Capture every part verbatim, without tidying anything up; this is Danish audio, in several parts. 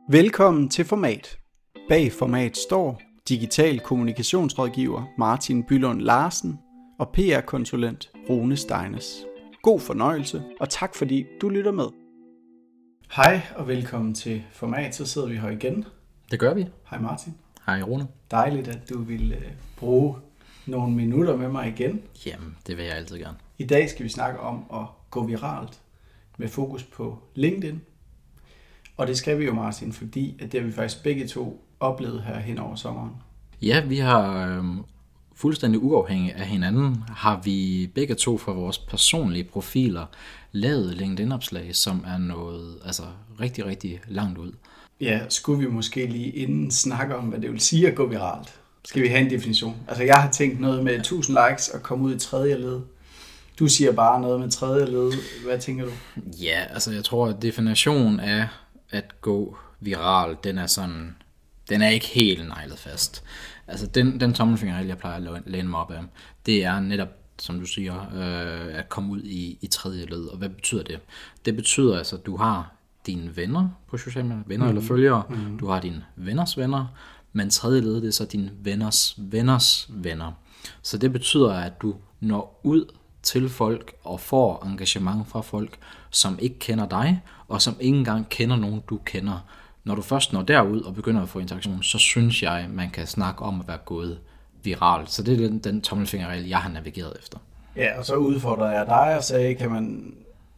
Velkommen til Format. Bag Format står digital kommunikationsrådgiver Martin Bylund Larsen og P R-konsulent Rune Steines. God fornøjelse, og tak fordi du lytter med. Hej og velkommen til Format, så sidder vi her igen. Det gør vi. Hej Martin. Hej Rune. Dejligt, at du vil uh, bruge nogle minutter med mig igen. Jamen, det vil jeg altid gerne. I dag skal vi snakke om at gå viralt med fokus på LinkedIn. Og det skal vi jo, Martin, fordi at det har vi faktisk begge to oplevet her hen over sommeren. Ja, vi har øh, fuldstændig uafhængigt af hinanden, har vi begge to fra vores personlige profiler lavet LinkedIn-opslag, som er noget altså, rigtig, rigtig langt ud. Ja, skulle vi måske lige inden snakke om, hvad det vil sige at gå viralt? Skal vi have en definition? Altså, jeg har tænkt noget med tusind likes og komme ud i tredje led. Du siger bare noget med tredje led. Hvad tænker du? Ja, altså jeg tror, at definitionen af at gå viralt, den er sådan, den er ikke helt nejlet fast. Altså den, den tommelfingerregel, jeg plejer at læne mig op af, det er netop, som du siger, øh, at komme ud i, i tredje led. Og hvad betyder det? Det betyder altså, at du har dine venner på sociale medier, venner mm. eller følgere, mm. du har dine venners venner, men tredje led, det er så dine venners venners venner. Så det betyder, at du når ud til folk og får engagement fra folk, som ikke kender dig, og som ikke engang kender nogen, du kender. Når du først når derud og begynder at få interaktion, så synes jeg, man kan snakke om at være gået viralt. Så det er den, den tommelfingerregel, jeg har navigeret efter. Ja, og så udfordrer jeg dig og sagde, kan man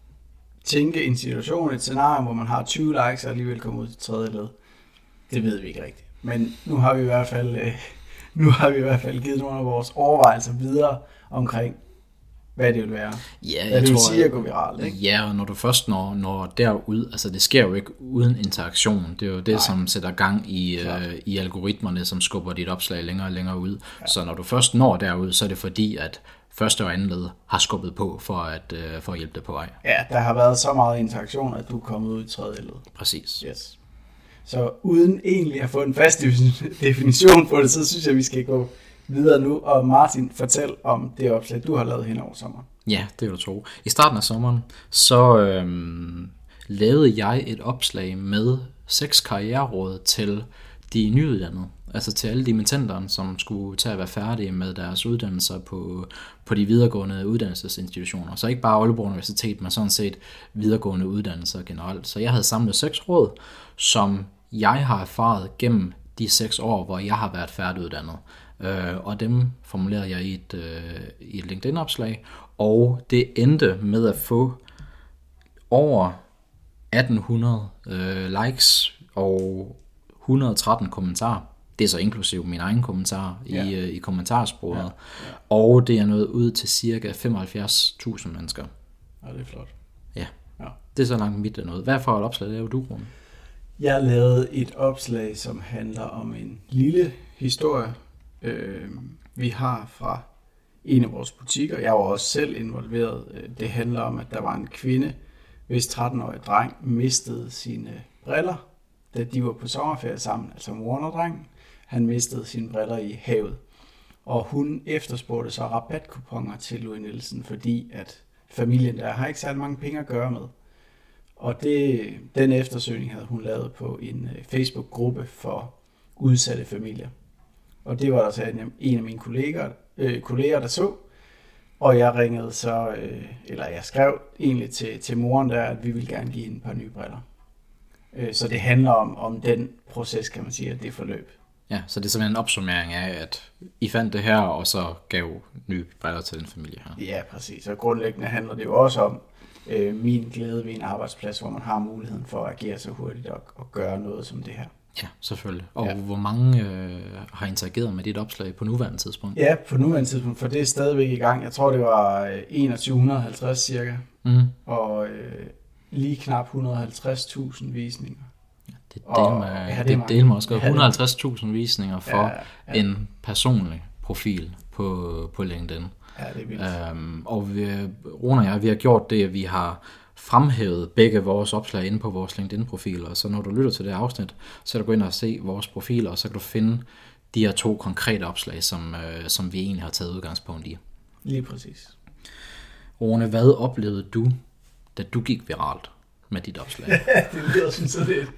tænke en situation, et scenarie, hvor man har tyve likes og alligevel kommer ud til tredje led? Det ved vi ikke rigtigt. Men nu har vi i hvert fald, øh, nu har vi i hvert fald givet nogle af vores overvejelser videre omkring, hvad det vil være. Ja, hvad jeg det vil tror, sige at gå viralt, ikke? Ja, og når du først når, når derud, altså det sker jo ikke uden interaktion. Det er jo det, Nej. som sætter gang i, øh, i algoritmerne, som skubber dit opslag længere og længere ud. Ja. Så når du først når derud, så er det fordi, at første og anden led har skubbet på for at, øh, for at hjælpe dig på vej. Ja, der har været så meget interaktion, at du er kommet ud i tredje led. Præcis. Yes. Så uden egentlig at få en fast definition på det, så synes jeg, vi skal gå videre nu. Og Martin, fortæl om det opslag, du har lavet hen over sommeren. Ja, det vil du tro. I starten af sommeren, så øhm, lavede jeg et opslag med seks karriereråd til de nyuddannede. Altså til alle dimittenderne, som skulle til at være færdige med deres uddannelser på, på de videregående uddannelsesinstitutioner. Så ikke bare Aalborg Universitet, men sådan set videregående uddannelser generelt. Så jeg havde samlet seks råd, som jeg har erfaret gennem de seks år, hvor jeg har været færdiguddannet. Uh, og dem formulerede jeg i et, uh, i et LinkedIn-opslag, og det endte med at få over atten hundrede uh, likes og et hundrede og tretten kommentarer. Det er så inklusive mine egne kommentarer ja. i, uh, i kommentarsporet, ja. Ja. Og det er nået ud til cirka femoghalvfjerds tusind mennesker. Ja, det er flot. Ja, ja. Det er så langt mit af noget. Hvad for et opslag laver du, Rune? Jeg lavede et opslag, som handler om en lille historie, Øh, vi har fra en af vores butikker. Jeg var også selv involveret. Det handler om, at der var en kvinde, hvis tretten-årige dreng mistede sine briller, da de var på sommerferie sammen, altså moren og drengen. Han mistede sine briller i havet. Og hun efterspurgte så rabatkuponer til Louis Nielsen, fordi at familien der har ikke særlig mange penge at gøre med. Og det, den eftersøgning havde hun lavet på en Facebook-gruppe for udsatte familier. Og det var der så en af mine kolleger, øh, kolleger, der så. Og jeg ringede så, øh, eller jeg skrev egentlig til, til moren der, at vi ville gerne give hende et par nye briller. Øh, så det handler om, om den proces, kan man sige, at det forløb. Ja, så det er simpelthen en opsummering af, at I fandt det her, og så gav nye briller til den familie her. Ja, præcis. Og grundlæggende handler det jo også om øh, min glæde ved en arbejdsplads, hvor man har muligheden for at agere så hurtigt og, og gøre noget som det her. Ja, selvfølgelig. Og ja. Hvor mange øh, har interageret med dit opslag på nuværende tidspunkt? Ja, på nuværende tidspunkt, for det er stadigvæk i gang. Jeg tror, det var enogtyve halvtreds cirka, mm. og øh, lige knap et hundrede og halvtreds tusind visninger. Ja, det deler mig også godt. et hundrede og halvtreds tusind visninger for ja, ja. en personlig profil på, på LinkedIn. Ja, det er vildt. Øhm, og vi, Rune og jeg, vi har gjort det, at vi har fremhævet begge vores opslag inde på vores LinkedIn-profiler. Så når du lytter til det afsnit, så kan du gå ind og se vores profiler, og så kan du finde de her to konkrete opslag, som, øh, som vi egentlig har taget udgangspunkt i. Lige præcis. Rune, hvad oplevede du, da du gik viralt? med dit opslag. Det lyder som sådan et...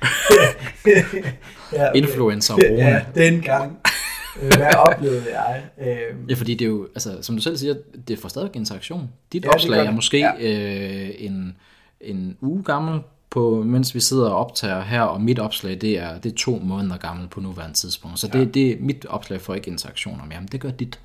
ja, okay. Influencer Rune. Ja, dengang. Hvad oplevede jeg? Ja, fordi det er jo, altså, som du selv siger, det får stadig interaktion. Dit ja, opslag er måske ja. øh, en, en uge gammel, på, mens vi sidder og optager her, og mit opslag, det er, det er to måneder gammel på nuværende tidspunkt. Så ja. det, det, mit opslag får ikke interaktioner mere, men det gør dit.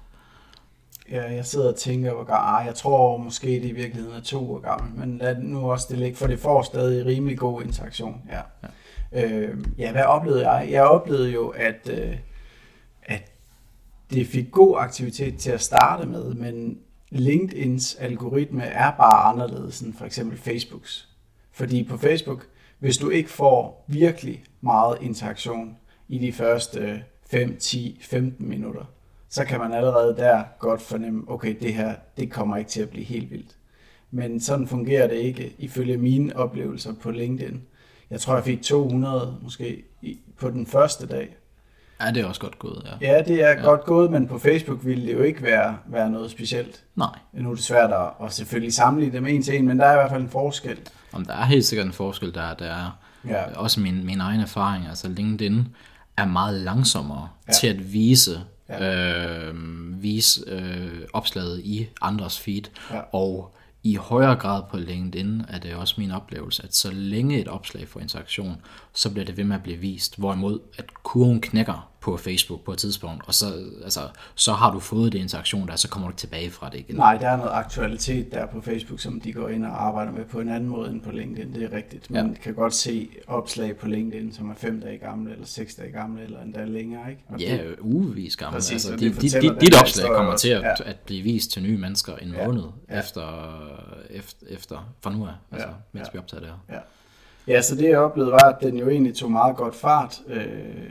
Ja, jeg sidder og tænker, hvor ah, jeg tror måske, det i virkeligheden er to år gammel, men lad nu også det ligge, for det får stadig rimelig god interaktion. Ja, ja. Øh, ja hvad oplevede jeg? Jeg oplevede jo, at, øh, at det fik god aktivitet til at starte med, men LinkedIns algoritme er bare anderledes end for eksempel Facebooks. Fordi på Facebook, hvis du ikke får virkelig meget interaktion i de første fem, ti, femten minutter, så kan man allerede der godt fornemme, okay, det her, det kommer ikke til at blive helt vildt. Men sådan fungerer det ikke ifølge mine oplevelser på LinkedIn. Jeg tror, jeg fik to hundrede måske på den første dag. Ja, det er også godt gået, ja. Ja, det er ja. godt gået, men på Facebook ville det jo ikke være, være noget specielt. Nej. Nu er det svært at, at selvfølgelig sammenligne dem en til en, men der er i hvert fald en forskel. Om der er helt sikkert en forskel, der, der er ja. også min, min egen erfaring. Altså LinkedIn er meget langsommere ja. til at vise, ja. øh, vise øh, opslaget i andres feed, ja. og i højere grad på LinkedIn er det også min oplevelse, at så længe et opslag får interaktion, så bliver det ved med at blive vist. Hvorimod at kurven knækker på Facebook på et tidspunkt, og så, altså, så har du fået det interaktion der, så kommer du ikke tilbage fra det igen. Nej, der er noget aktualitet der på Facebook, som de går ind og arbejder med på en anden måde end på LinkedIn. Det er rigtigt. Man ja. kan godt se opslag på LinkedIn, som er fem dage gamle, eller seks dage gamle, eller endda længere, ikke? Og ja, det, ugevis gamle. Præcis, altså, det de, de, de, dit opslag kommer til at, ja. at blive vist til nye mennesker en ja. måned ja. efter, efter, efter fra nu af, altså, ja. mens ja. vi optager det her. Ja. ja, så det jeg oplevede var, at den jo egentlig tog meget godt fart. Øh,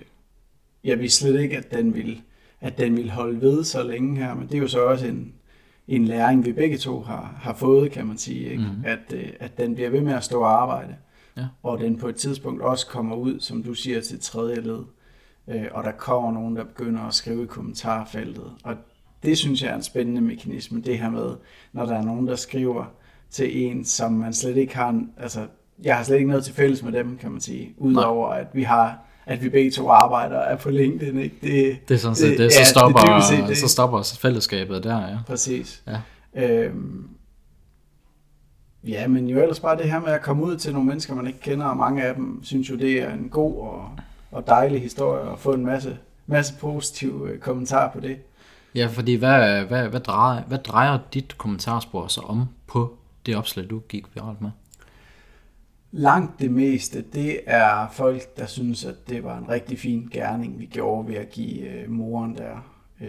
Jeg vidste slet ikke, at den, ville, at den ville holde ved så længe her, men det er jo så også en, en læring, vi begge to har, har fået, kan man sige, ikke? Mm-hmm. At, at den bliver ved med at stå og arbejde, ja. og den på et tidspunkt også kommer ud, som du siger, til tredje led, og der kommer nogen, der begynder at skrive i kommentarfeltet, og det synes jeg er en spændende mekanisme, det her med, når der er nogen, der skriver til en, som man slet ikke har, en, altså jeg har slet ikke noget til fælles med dem, kan man sige, udover at vi har at vi begge to arbejder er på LinkedIn, ikke? Det, det er sådan set, det, det, så, ja, stopper, det, det, det, så stopper fællesskabet der, ja. Præcis. Ja. Øhm, ja, men jo ellers bare det her med at komme ud til nogle mennesker, man ikke kender, og mange af dem synes jo, det er en god og, og dejlig historie, og få en masse, masse positive kommentarer på det. Ja, fordi hvad, hvad, hvad, drejer, hvad drejer dit kommentarspor så om på det opslag, du gik viralt med? Langt det meste, det er folk, der synes, at det var en rigtig fin gerning, vi gjorde ved at give øh, moren der øh,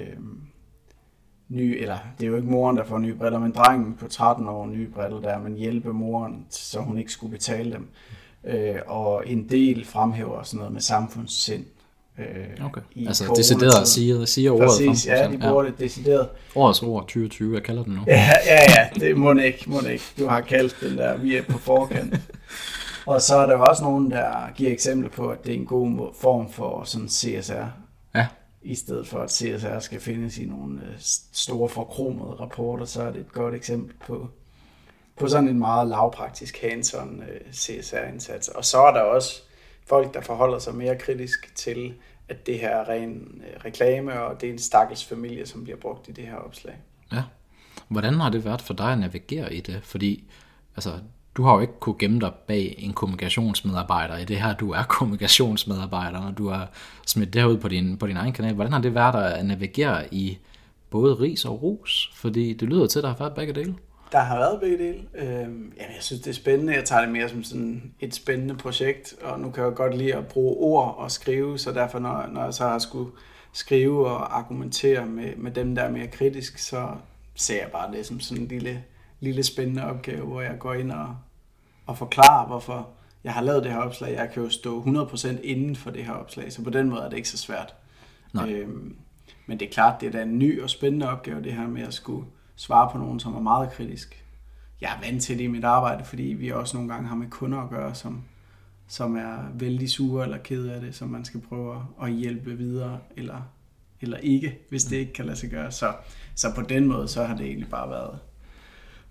nye, eller det er jo ikke moren, der får nye briller, men drengen på tretten år nye briller der, men hjælpe moren, så hun ikke skulle betale dem. Øh, og en del fremhæver sådan noget med samfundssind. Øh, okay, altså decideret siger, siger ordet. Præcis, ja, de bruger ja. det decideret. Årets ord tyve tyve, jeg kalder den nu. Ja, ja, ja, det må ikke, må ikke. Du har kaldt den der, vi er på forkant. Og så er der også nogen, der giver eksempler på, at det er en god form for sådan C S R. Ja. I stedet for, at C S R skal findes i nogle store forkromede rapporter, så er det et godt eksempel på, på sådan en meget lavpraktisk hands-on C S R-indsats. Og så er der også folk, der forholder sig mere kritisk til, at det her er ren reklame, og det er en stakkels familie, som bliver brugt i det her opslag. Ja. Hvordan har det været for dig at navigere i det? Fordi, altså, du har jo ikke kunne gemme dig bag en kommunikationsmedarbejder i det her. Du er kommunikationsmedarbejder, og du har smidt det ud på din, på din egen kanal. Hvordan har det været at navigere i både ris og ros? Fordi det lyder til, at der har været begge dele. Der har været begge dele. Øhm, jeg synes, det er spændende. Jeg tager det mere som sådan et spændende projekt, og nu kan jeg godt lide at bruge ord og skrive, så derfor, når, når jeg så har skulle skrive og argumentere med, med dem, der er mere kritisk, så ser jeg bare det som sådan en lille, lille spændende opgave, hvor jeg går ind og, og forklarer, hvorfor jeg har lavet det her opslag. Jeg kan jo stå hundrede procent inden for det her opslag, så på den måde er det ikke så svært. Øhm, men det er klart, det er da en ny og spændende opgave, det her med at skulle svare på nogen, som er meget kritisk. Jeg er vant til det i mit arbejde, fordi vi også nogle gange har med kunder at gøre, som, som er vældig sure eller kede af det, som man skal prøve at hjælpe videre, eller, eller ikke, hvis det ikke kan lade sig gøre. Så, så på den måde, så har det egentlig bare været,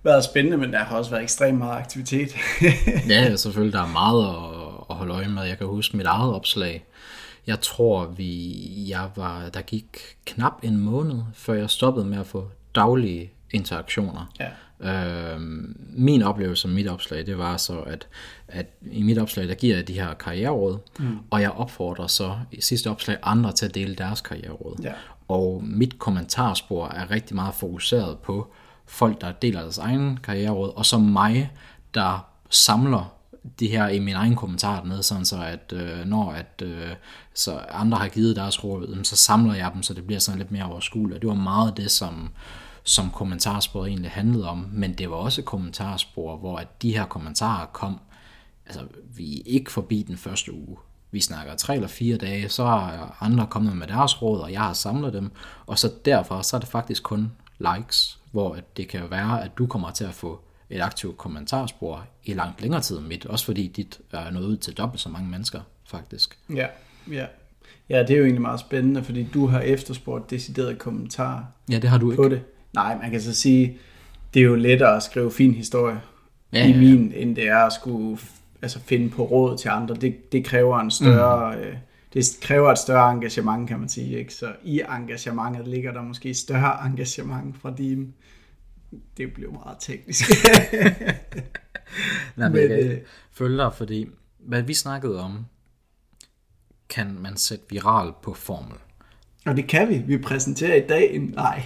været spændende, men der har også været ekstremt meget aktivitet. Ja, selvfølgelig. Der er meget at, at holde øje med. Jeg kan huske mit eget opslag. Jeg tror, vi, jeg var, der gik knap en måned, før jeg stoppede med at få daglige interaktioner. Ja. Øh, min oplevelse med mit opslag, det var så, at, at i mit opslag, der giver jeg de her karriereråd, mm. og jeg opfordrer så i sidste opslag andre til at dele deres karriereråd. Ja. Og mit kommentarspor er rigtig meget fokuseret på folk, der deler deres egen karriereråd, og så mig, der samler de her i min egen kommentar ned, sådan så at øh, når at, øh, så andre har givet deres råd, så samler jeg dem, så det bliver sådan lidt mere overskueligt. Det var meget det, som som kommentarsporet egentlig handlede om, men det var også kommentarspor, hvor at de her kommentarer kom, altså vi er ikke forbi den første uge. Vi snakker tre eller fire dage, så er andre kommet med deres råd, og jeg har samlet dem, og så derfra, så er det faktisk kun likes, hvor at det kan være, at du kommer til at få et aktivt kommentarspor i langt længere tid end mit, også fordi dit er nået ud til dobbelt så mange mennesker, faktisk. Ja, ja. Ja, det er jo egentlig meget spændende, fordi du har efterspurgt deciderede kommentarer. Ja, det har du ikke. På det. Nej, man kan så sige, det er jo lettere at skrive fin historie ja, i min, ja, ja. end det er at skulle altså, finde på råd til andre. Det, det kræver en større, mm. øh, det kræver et større engagement, kan man sige. Ikke? Så i engagementet ligger der måske større engagement fra din. Det bliver meget teknisk. Nej, men, men jeg øh, følger dig, fordi hvad vi snakkede om, kan man sætte viral på formel. Og det kan vi. Vi præsenterer i dag en... Nej.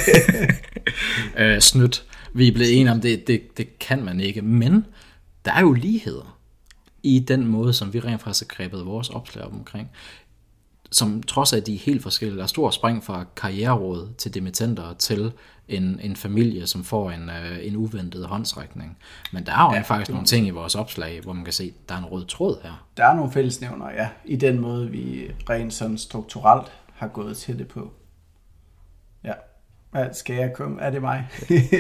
øh, snydt. Vi er blevet enige om, det, det, det kan man ikke. Men der er jo ligheder i den måde, som vi rent faktisk har grebet vores opslag op omkring. Som trods af, at de er helt forskellige. Der er stor spring fra karriereråd til dimittenter til en, en familie, som får en, øh, en uventet håndsrækning. Men der er jo ja, faktisk nogle ting i vores opslag, hvor man kan se, at der er en rød tråd her. Der er nogle fællesnævner, ja. I den måde, vi rent sådan strukturelt har gået til det på. Ja. Skal jeg komme? Er det mig?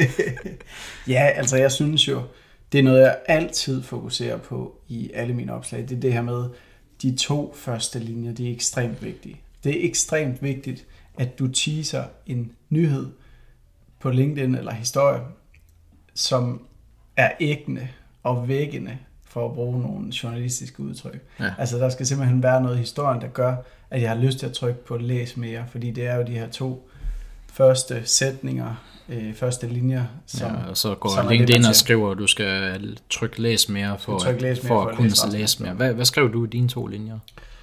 Ja, altså jeg synes jo, det er noget, jeg altid fokuserer på i alle mine opslag. Det er det her med, de to første linjer, de er ekstremt vigtige. Det er ekstremt vigtigt, at du teaser en nyhed på LinkedIn eller historie, som er æggende og vækkende, for at bruge nogle journalistiske udtryk. Ja. Altså der skal simpelthen være noget i historien, der gør, at jeg har lyst til at trykke på læs mere, fordi det er jo de her to første sætninger, øh, første linjer, som... Ja, og så går LinkedIn og skriver, at du skal trykke læs mere for, trykke læs mere for, for at kunne læse, læse mere. Hvad, hvad skrev du i dine to linjer?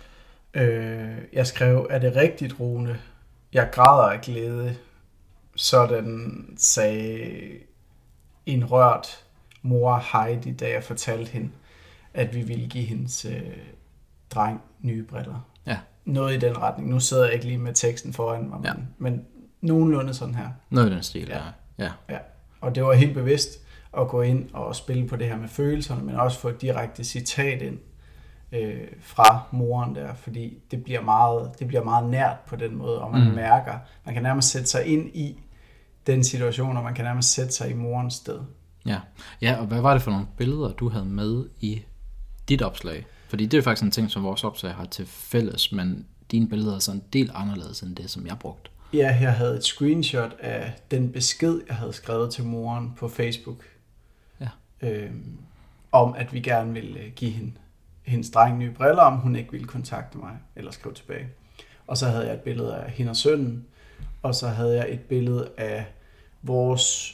Øh, jeg skrev, er det rigtigt, Rune? Jeg græder af glæde. Sådan sagde en rørt mor Heidi, da jeg fortalte hende, at vi ville give hendes øh, dreng nye briller. Ja. Noget i den retning. Nu sidder jeg ikke lige med teksten foran mig, ja. men, men nogenlunde sådan her. Noget i den stil, ja. ja. ja. Og det var helt bevidst at gå ind og spille på det her med følelserne, men også få et direkte citat ind øh, fra moren der, fordi det bliver, meget, det bliver meget nært på den måde, og man mm. mærker, man kan nærmest sætte sig ind i den situation, og man kan nærmest sætte sig i morens sted. Ja. ja, og hvad var det for nogle billeder, du havde med i dit opslag? Fordi det er faktisk en ting, som vores opslag har til fælles, men dine billeder er sådan en del anderledes end det, som jeg brugte. Ja, jeg havde et screenshot af den besked, jeg havde skrevet til moren på Facebook, ja. øhm, om at vi gerne ville give hende hendes dreng nye briller, om hun ikke ville kontakte mig eller skrive tilbage. Og så havde jeg et billede af hende og sønnen, og så havde jeg et billede af vores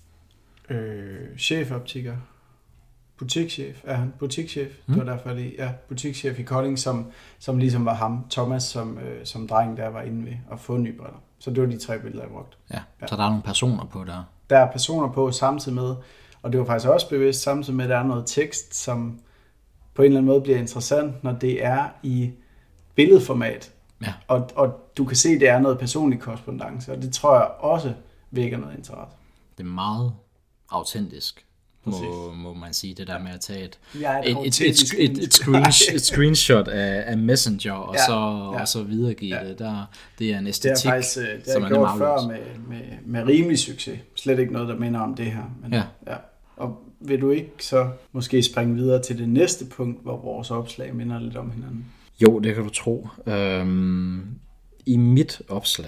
øh, chefoptiker, butikschef, er han butikschef? Mm. Det var derfor lige, ja, butikschef i Kolding, som, som ligesom var ham, Thomas, som, øh, som dreng der var inde ved at få nye briller. Så det var de tre billeder, jeg brugte. Ja, ja. Så der er nogle personer på der? Der er personer på samtidig med, og det var faktisk også bevidst, samtidig med, at der er noget tekst, som på en eller anden måde bliver interessant, når det er i billedformat. Ja. Og, og du kan se, at det er noget personlig korrespondance, og det tror jeg også vækker noget interesse. Det er meget autentisk, må, må man sige, det der med at tage et, ja, et, et, et, et, et, screenshot, et screenshot af, af Messenger, og, ja, så, ja. og så videregive ja. det. Der, det er en æstetik, det er faktisk, det som er gjort før med, med, med rimelig succes. Slet ikke noget, der minder om det her. Men, ja. Ja. Og vil du ikke så måske springe videre til det næste punkt, hvor vores opslag minder lidt om hinanden? Jo, det kan du tro. Øhm, I mit opslag,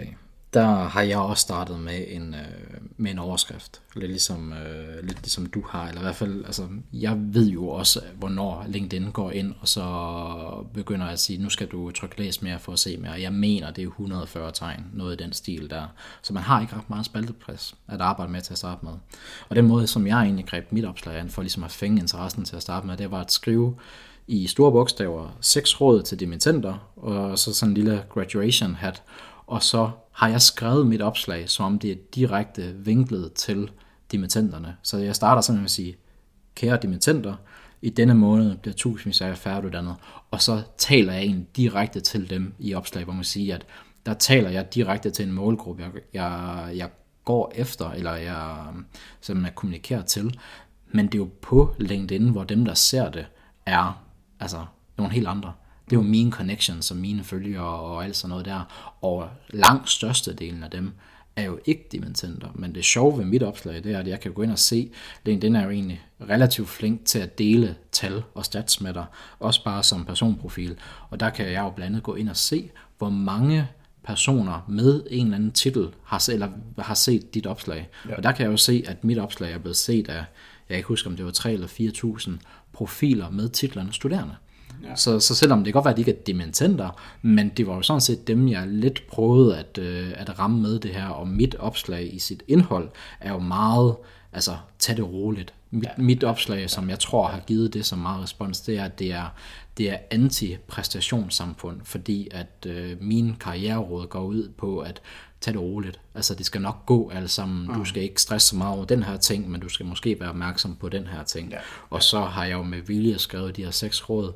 der har jeg også startet med en, øh, med en overskrift. Lidt ligesom, øh, lidt ligesom du har, eller i hvert fald, altså, jeg ved jo også, hvornår LinkedIn går ind, og så begynder at sige, nu skal du trykke læs mere for at se mere. Jeg mener, det er et hundrede og fyrre tegn, noget i den stil der. Så man har ikke ret meget spalteplads at arbejde med til at starte med. Og den måde, som jeg egentlig greb mit opslag an, for ligesom at fænge interessen til at starte med, det var at skrive i store bogstaver seks råd til dimittenter, og så sådan en lille graduation hat. Og så har jeg skrevet mit opslag, som om det er direkte vinklet til dimittenterne. Så jeg starter sådan med at sige, kære dimittenter, i denne måned bliver tusindvis af jer færdiguddannet. Og så taler jeg egentlig direkte til dem i opslag, hvor man siger, at der taler jeg direkte til en målgruppe, jeg, jeg, jeg går efter, eller jeg simpelthen kommunikerer til. Men det er jo på LinkedIn, hvor dem, der ser det, er altså nogle helt andre. Det er jo mine connections og mine følgere og alt sådan noget der. Og langt størstedelen af dem er jo ikke dimittenter. Men det sjove ved mit opslag, det er, at jeg kan gå ind og se, LinkedIn er jo egentlig relativt flink til at dele tal og stats med dig, også bare som personprofil. Og der kan jeg jo blandt andet gå ind og se, hvor mange personer med en eller anden titel har, eller har set dit opslag. Ja. Og der kan jeg jo se, at mit opslag er blevet set af, jeg kan ikke huske, om det var tre eller fire tusind profiler med titlerne studerende. Ja. Så, så selvom det kan godt være, at de ikke er dimittenter, men det var jo sådan set dem, jeg lidt prøvede at, øh, at ramme med det her, og mit opslag i sit indhold er jo meget, altså tag det roligt. Mit, ja. mit opslag, som jeg tror har givet det så meget respons, det er, at det er, det er anti-præstationssamfund, fordi at øh, min karriereråd går ud på at tage det roligt. Altså det skal nok gå alle sammen. Du skal ikke stresse så meget over den her ting, men du skal måske være opmærksom på den her ting. Ja. Og så har jeg jo med vilje skrevet de her seks råd,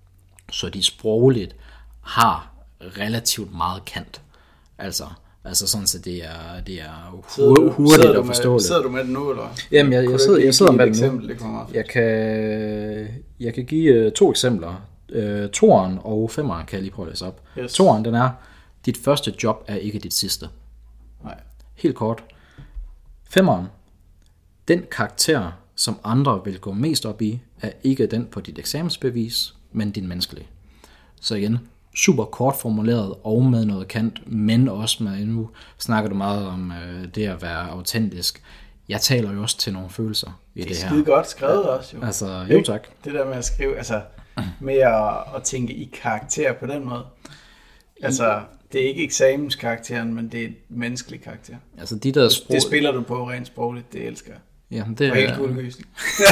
så de sprogligt har relativt meget kant. Altså, altså sådan, så det er, det er hu- hurtigt at forstå det. Sidder du med den nu, eller? Jamen, jeg, jeg, sidder, jeg sidder med den nu. Jeg kan, jeg kan give to eksempler. Uh, toeren og femeren kan jeg lige prøve at læse op. Yes. Toeren, den er, dit første job er ikke dit sidste. Nej. Helt kort. Femeren, den karakter, som andre vil gå mest op i, er ikke den på dit eksamensbevis, men din menneskelige. Så igen, super kort formuleret og med noget kant, men også med, nu snakker du meget om øh, det at være autentisk. Jeg taler jo også til nogle følelser i det, det her. Det er skide godt skrevet også, jo. Altså, jo tak. Det der med at skrive, altså med at, at tænke i karakter på den måde. Altså, det er ikke eksamenskarakteren, men det er et menneskelig karakter. Altså, de der sprog... Det spiller du på rent sprogligt, det elsker jeg. Jamen, det er... helt kuldegysning.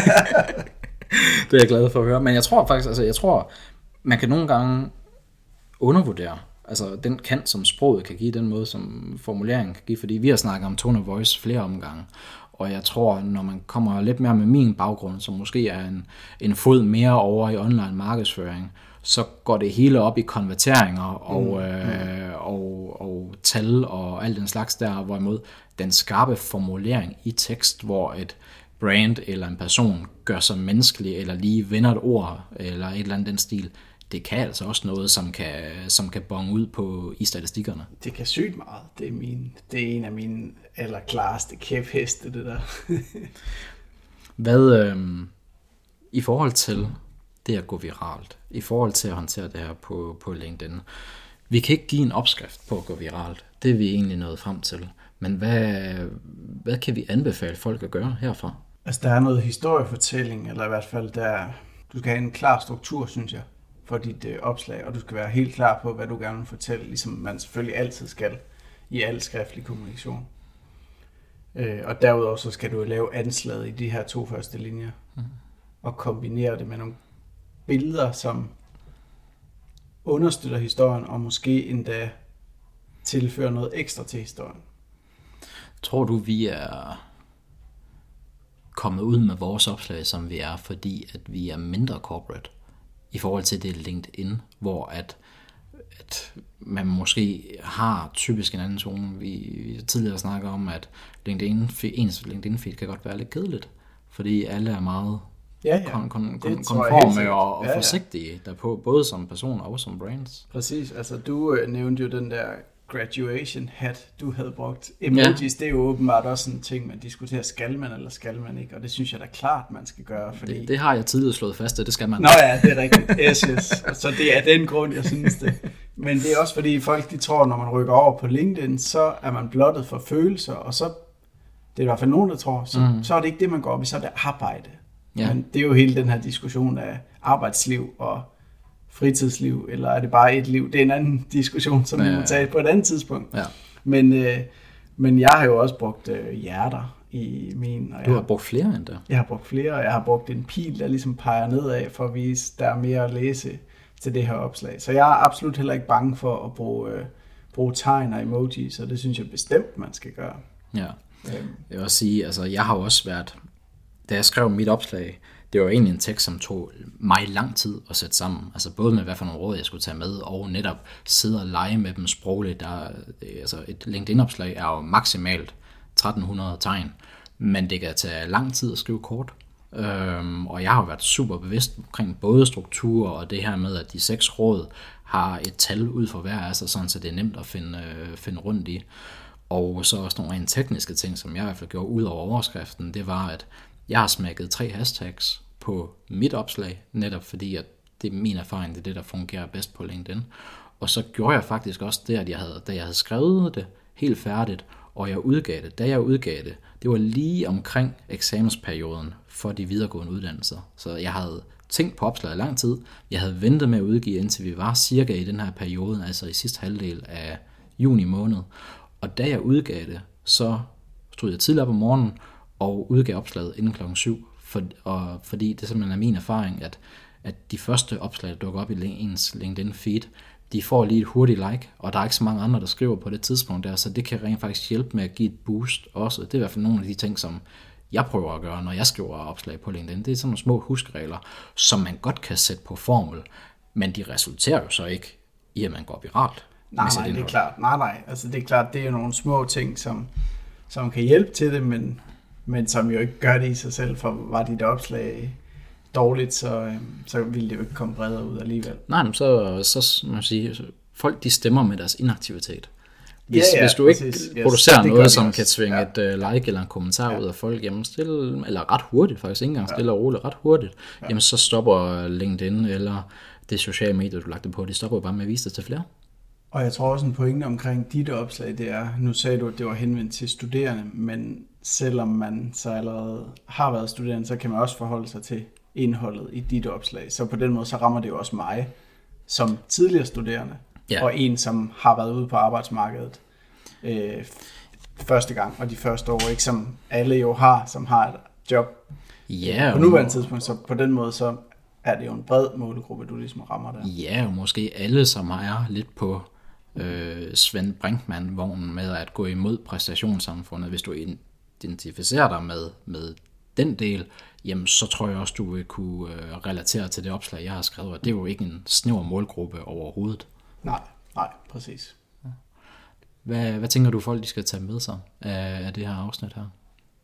Det er jeg glad for at høre. Men jeg tror faktisk, altså jeg tror, man kan nogle gange undervurdere, altså den kant, som sproget kan give, den måde, som formuleringen kan give, fordi vi har snakket om tone of voice flere omgange, og jeg tror, når man kommer lidt mere med min baggrund, som måske er en, en fod mere over i online markedsføring, så går det hele op i konverteringer og, mm. øh, og, og tal og alt den slags der, hvorimod den skarpe formulering i tekst, hvor et brand eller en person gør sig menneskelig, eller lige vender et ord, eller et eller andet den stil, det kan altså også noget, som kan, som kan bonge ud på i statistikkerne. Det kan sygt meget. Det er, min, det er en af mine allerklareste kæpheste, det der. Hvad, øh, i forhold til det at gå viralt, i forhold til at håndtere det her på, på LinkedIn, vi kan ikke give en opskrift på at gå viralt. Det er vi egentlig nået frem til. Men hvad, hvad kan vi anbefale folk at gøre herfra? Altså, der er noget historiefortælling, eller i hvert fald, der, du skal have en klar struktur, synes jeg, for dit øh, opslag, og du skal være helt klar på, hvad du gerne vil fortælle, ligesom man selvfølgelig altid skal i al skriftlig kommunikation. Øh, og derudover så skal du lave anslaget i de her to første linjer, mm. og kombinere det med nogle billeder, som understøtter historien, og måske endda tilfører noget ekstra til historien. Tror du, vi er kommet ud med vores opslag, som vi er, fordi at vi er mindre corporate i forhold til det LinkedIn, hvor at, at man måske har typisk en anden tone. Vi tidligere snakker om, at LinkedIn, ens LinkedIn feed kan godt være lidt kedeligt, fordi alle er meget ja, ja. kon, kon, kon, konforme og, og ja, ja. forsigtige derpå, både som personer og som brands. Præcis, altså du øh, nævnte jo den der graduation hat, du havde brugt. Emojis, ja. Det er jo åbenbart også en ting, man diskuterer, skal man eller skal man ikke, og det synes jeg da klart, man skal gøre. Fordi... Det, det har jeg tidligere slået fast, det skal man. Nå ja, det er rigtigt. Yes, yes. Så det er den grund, jeg synes det. Men det er også fordi folk de tror, når man rykker over på LinkedIn, så er man blottet for følelser, og så, det er i hvert fald nogen, der tror, så, mm. så er det ikke det, man går op i, så er det arbejde. Ja. Men det er jo hele den her diskussion af arbejdsliv og fritidsliv, eller er det bare et liv? Det er en anden diskussion, som ja, vi må tage på et andet tidspunkt. Ja. Men, øh, men jeg har jo også brugt øh, hjerter i min... Og du har jeg, brugt flere end det. Jeg har brugt flere, og jeg har brugt en pil, der ligesom peger nedad for at vise, der er mere at læse til det her opslag. Så jeg er absolut heller ikke bange for at bruge, øh, bruge tegn og emojis, og det synes jeg bestemt, man skal gøre. Ja, øhm. jeg vil også sige, altså jeg har jo også været... Da jeg skrev mit opslag, det var egentlig en tekst, som tog mig lang tid at sætte sammen. Altså både med, hvad for nogle råd, jeg skulle tage med, og netop sidde og lege med dem sprogligt. Der, altså et LinkedIn-opslag er jo maksimalt tretten hundrede tegn, men det kan tage lang tid at skrive kort. Øhm, og jeg har været super bevidst omkring både struktur og det her med, at de seks råd har et tal ud for hver af sig, sådan så det er nemt at finde, øh, finde rundt i. Og så også nogle rent tekniske ting, som jeg i hvert fald gjorde ud over overskriften, det var, at jeg har smækket tre hashtags på mit opslag, netop fordi, at det er min erfaring, det er det, der fungerer bedst på LinkedIn. Og så gjorde jeg faktisk også det, at jeg havde, da jeg havde skrevet det helt færdigt, og jeg udgav det, da jeg udgav det, det var lige omkring eksamensperioden for de videregående uddannelser. Så jeg havde tænkt på opslaget i lang tid. Jeg havde ventet med at udgive, indtil vi var cirka i den her periode, altså i sidste halvdel af juni måned. Og da jeg udgav det, så stod jeg tidligere op om morgenen, og udgav opslaget inden klokken syv, for, og fordi det simpelthen er min erfaring, at, at de første opslag, der dukker op i ens LinkedIn feed, de får lige et hurtigt like, og der er ikke så mange andre, der skriver på det tidspunkt der, så det kan rent faktisk hjælpe med at give et boost også. Det er i hvert fald nogle af de ting, som jeg prøver at gøre, når jeg skriver opslag på LinkedIn. Det er sådan nogle små huskregler, som man godt kan sætte på formel, men de resulterer jo så ikke i, at man går viralt. Nej, nej, det er klart. Nej, nej. Altså det er klart, det er jo nogle små ting, som, som kan hjælpe til det, men men som jo ikke gør det i sig selv, for var dit opslag dårligt, så, så ville det jo ikke komme bredere ud alligevel. Nej, men så, så må man sige, folk de stemmer med deres inaktivitet. Hvis, ja, ja, hvis du ikke præcis. producerer yes, noget, som også. kan tvinge ja. et uh, like eller en kommentar ja. ud af folk, jamen stille, eller ret hurtigt faktisk, ikke engang ja. stille og roligt, ret hurtigt, ja. jamen så stopper LinkedIn eller det sociale medie, du lagde det på, de stopper bare med at vise det til flere. Og jeg tror også en pointe omkring dit opslag, det er, nu sagde du, at det var henvendt til studerende, men selvom man så allerede har været studerende, så kan man også forholde sig til indholdet i dit opslag. Så på den måde, så rammer det jo også mig som tidligere studerende, ja. og en, som har været ude på arbejdsmarkedet øh, første gang, og de første år, ikke, som alle jo har, som har et job ja, på nuværende tidspunkt. Så på den måde, så er det jo en bred målgruppe, du ligesom rammer der. Ja, og måske alle, som er lidt på øh, Svend Brinkmann-vognen med at gå imod præstationssamfundet. Hvis du identificerer dig med, med den del, jamen så tror jeg også, du vil kunne øh, relatere til det opslag, jeg har skrevet. Og det er jo ikke en snæver målgruppe overhovedet. Nej, nej, præcis. Ja. Hvad, hvad tænker du, folk de skal tage med sig af, af det her afsnit her?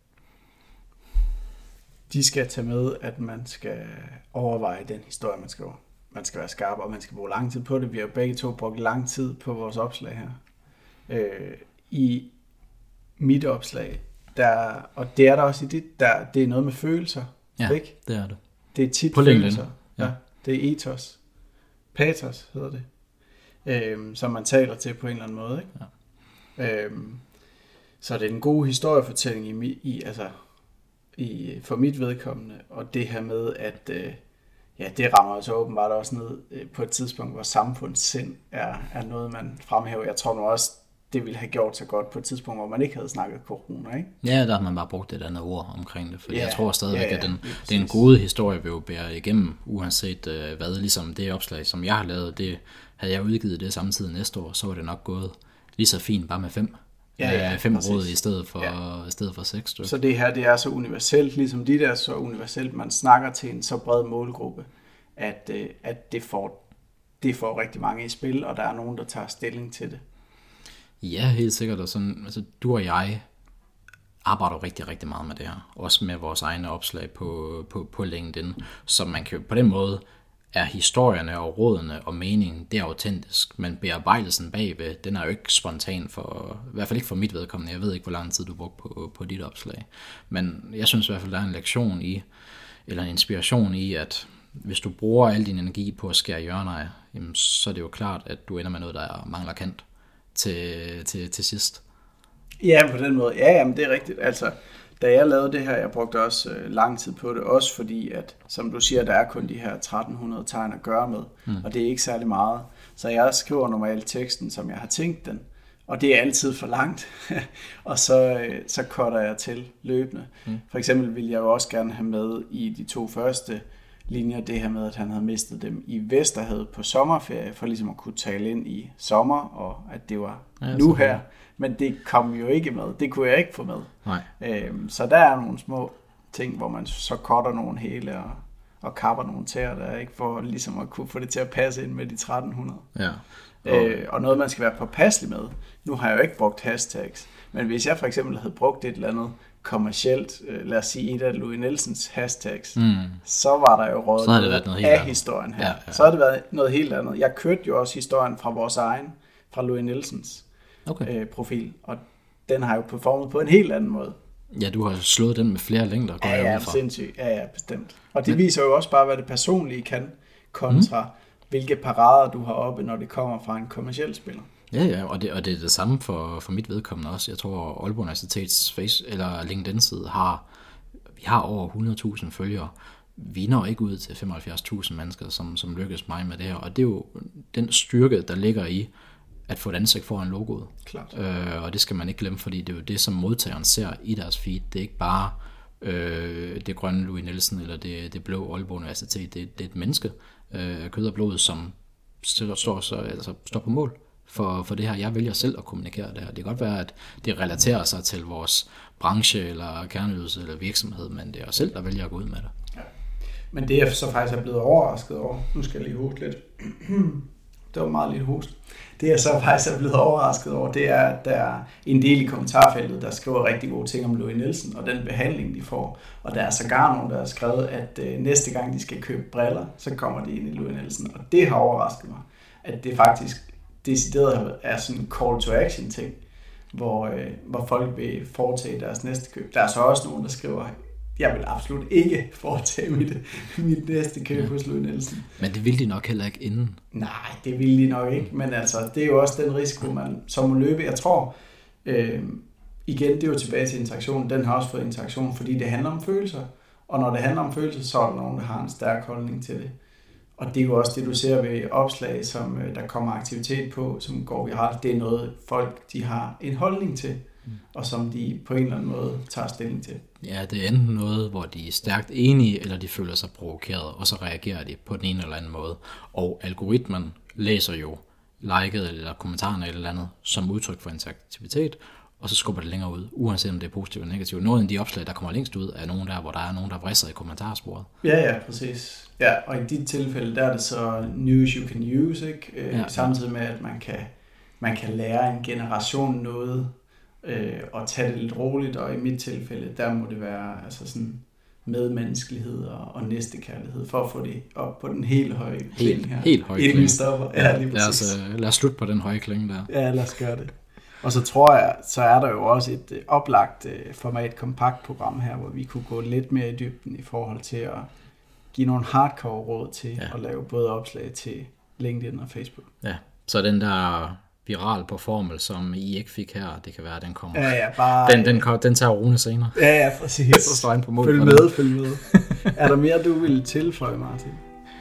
De skal tage med, at man skal overveje den historie, man skriver. Man skal være skarp, og man skal bruge lang tid på det. Vi har begge to brugt lang tid på vores opslag her. Øh, I mit opslag, der, og det er der også i dit, der, det er noget med følelser. Ja, ikke? Det er det. Det er tit på følelser. Ja. Ja, det er ethos. Pathos hedder det. Øh, som man taler til på en eller anden måde. Ikke? Ja. Øh, så det er en god historiefortælling i, i altså... I, for mit vedkommende, og det her med, at øh, ja, det rammer altså åbenbart også ned øh, på et tidspunkt, hvor samfundssind er, er noget, man fremhæver. Jeg tror nu også, det ville have gjort sig godt på et tidspunkt, hvor man ikke havde snakket corona, ikke? Ja, der har man bare brugt et andet ord omkring det, for ja, jeg tror stadigvæk, ja, ja, at den, det er en god historie, vi jo bærer igennem, uanset øh, hvad, ligesom det opslag, som jeg har lavet, det havde jeg udgivet det samtidig næste år, så var det nok gået lige så fint, bare med fem. Ja, ja, fem præcis. Råd i stedet for, ja. i stedet for seks stykker. Så det her, det er så universelt, ligesom de der så universelt, man snakker til en så bred målgruppe, at, at det, får, det får rigtig mange i spil, og der er nogen, der tager stilling til det. Ja, helt sikkert. Og sådan, altså, du og jeg arbejder rigtig, rigtig meget med det her. Også med vores egne opslag på, på, på LinkedIn. Så man kan på den måde er historierne og rådene og meningen, det er autentisk, men bearbejdelsen bagved, den er jo ikke spontan for, i hvert fald ikke for mit vedkommende. Jeg ved ikke, hvor lang tid du brugte på, på dit opslag. Men jeg synes i hvert fald, der er en lektion i, eller en inspiration i, at hvis du bruger al din energi på at skære hjørner af, jamen, så er det jo klart, at du ender med noget, der mangler kant til, til, til sidst. Ja, på den måde. Ja, jamen, det er rigtigt. Altså, da jeg lavede det her, jeg brugte også øh, lang tid på det, også fordi, at som du siger, der er kun de her tretten hundrede tegn at gøre med, mm. og det er ikke særlig meget. Så jeg skriver normalt teksten, som jeg har tænkt den, og det er altid for langt, og så, øh, så cutter jeg til løbende. Mm. For eksempel ville jeg jo også gerne have med i de to første linjer, det her med, at han havde mistet dem i Vesterhavet på sommerferie, for ligesom at kunne tale ind i sommer, og at det var ja, nu her. Det. Men det kom jo ikke med. Det kunne jeg ikke få med. Nej. Øhm, så der er nogle små ting, hvor man så cutter nogle hele og, og kapper nogle tæer, der ikke for ligesom at kunne få det til at passe ind med de tretten hundrede. Ja. Og, øh, og noget, man skal være påpasselig med. Nu har jeg jo ikke brugt hashtags, men hvis jeg for eksempel havde brugt et eller andet kommercielt, øh, lad os sige et af Louis Nielsens hashtags, mm. så var der jo råd af andet. Historien her. Ja, ja. Så har det været noget helt andet. Jeg kørte jo også historien fra vores egen, fra Louis Nielsens okay. øh, profil, og den har jo performet på en helt anden måde. Ja, du har slået den med flere længder. Går ja, ja, sindssygt. Ja, ja, bestemt. Og det Men... viser jo også bare, hvad det personlige kan, kontra mm. hvilke parader du har oppe, når det kommer fra en kommerciel spiller. Ja, ja, og det, og det er det samme for, for mit vedkommende også. Jeg tror, Aalborg Universitets face, eller LinkedIn-side har, vi har over hundrede tusind følgere. Vi når ikke ud til femoghalvfjerds tusind mennesker, som, som lykkes mig med det her. Og det er jo den styrke, der ligger i at få et ansigt foran logoet. Klart. Øh, og det skal man ikke glemme, fordi det er jo det, som modtageren ser i deres feed. Det er ikke bare øh, det grønne Louis Nielsen, eller det, det blå Aalborg Universitet. Det, det er et menneske, øh, kød og blod, som står, så, altså, står på mål for, for det her. Jeg vælger selv at kommunikere det her. Det kan godt være, at det relaterer sig til vores branche, eller kerneydelse, eller virksomhed, men det er jeg selv, der vælger at gå ud med det. Ja. Men det jeg så faktisk er blevet overrasket over, nu skal jeg lige hoste lidt, det var meget lidt host. Det jeg så faktisk er blevet overrasket over, det er, at der er en del i kommentarfeltet, der skriver rigtig gode ting om Louis Nielsen, og den behandling, de får. Og der er sågar nogen, der har skrevet, at øh, næste gang de skal købe briller, så kommer de ind i Louis Nielsen. Og det har overrasket mig, at det faktisk decideret er sådan en call to action ting, hvor, øh, hvor folk vil foretage deres næste køb. Der er så også nogen, der skriver, jeg vil absolut ikke foretage mit, mit næste køb ja. hos Louis Nielsen. Men det vil de nok heller ikke inden. Nej, det vil de nok ikke, men altså, det er jo også den risiko, man så må løbe. Jeg tror, øh, igen, det er jo tilbage til interaktion. Den har også fået interaktion, fordi det handler om følelser. Og når det handler om følelser, så er der nogen, der har en stærk holdning til det. Og det er jo også det, du ser ved opslag, som øh, der kommer aktivitet på, som går viralt. Det er noget, folk de har en holdning til, mm. og som de på en eller anden måde tager stilling til. Ja, det er enten noget, hvor de er stærkt enige, eller de føler sig provokeret, og så reagerer de på den ene eller anden måde. Og algoritmen læser jo liket eller kommentarerne eller, eller andet som udtryk for interaktivitet, og så skubber det længere ud, uanset om det er positivt eller negativt. Nogle af de opslag, der kommer længst ud, er nogle der, hvor der er nogen, der vrisser i kommentarsporet. Ja, ja, præcis. Ja, og i dit tilfælde, der er det så news you can use, ikke? Øh, ja, samtidig med, at man kan, man kan lære en generation noget, øh, og tage det lidt roligt, og i mit tilfælde, der må det være altså sådan medmenneskelighed og, og næstekærlighed, for at få det op på den helt høje klinge her. Helt høje klinge. Inden vi stopper. Ja, lige lad, os, lad os slutte på den høje klinge der. Ja, lad os gøre det. Og så tror jeg, så er der jo også et øh, oplagt øh, format kompakt program her, hvor vi kunne gå lidt mere i dybden i forhold til at give nogle hardcore råd til ja. at lave både opslag til LinkedIn og Facebook. Ja, så den der viral på formel, som I ikke fik her, det kan være, at den kommer. Ja, ja, bare... Den, den, den tager Rune senere. Ja, ja, præcis. Så står han på mål. Følg med, følg med. Er der mere, du vil tilføje, Martin?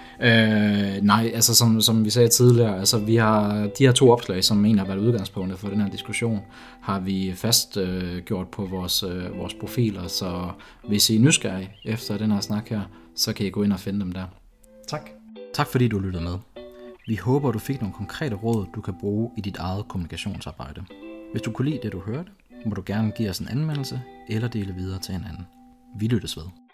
Øh, nej, altså som, som vi sagde tidligere, altså vi har de her to opslag, som egentlig har været udgangspunktet for den her diskussion, har vi fast øh, gjort på vores, øh, vores profiler, så hvis I er nysgerrige efter den her snak her, så kan I gå ind og finde dem der. Tak. Tak fordi du lyttede med. Vi håber, du fik nogle konkrete råd, du kan bruge i dit eget kommunikationsarbejde. Hvis du kunne lide det, du hørte, må du gerne give os en anmeldelse eller dele videre til en anden. Vi lyttes ved.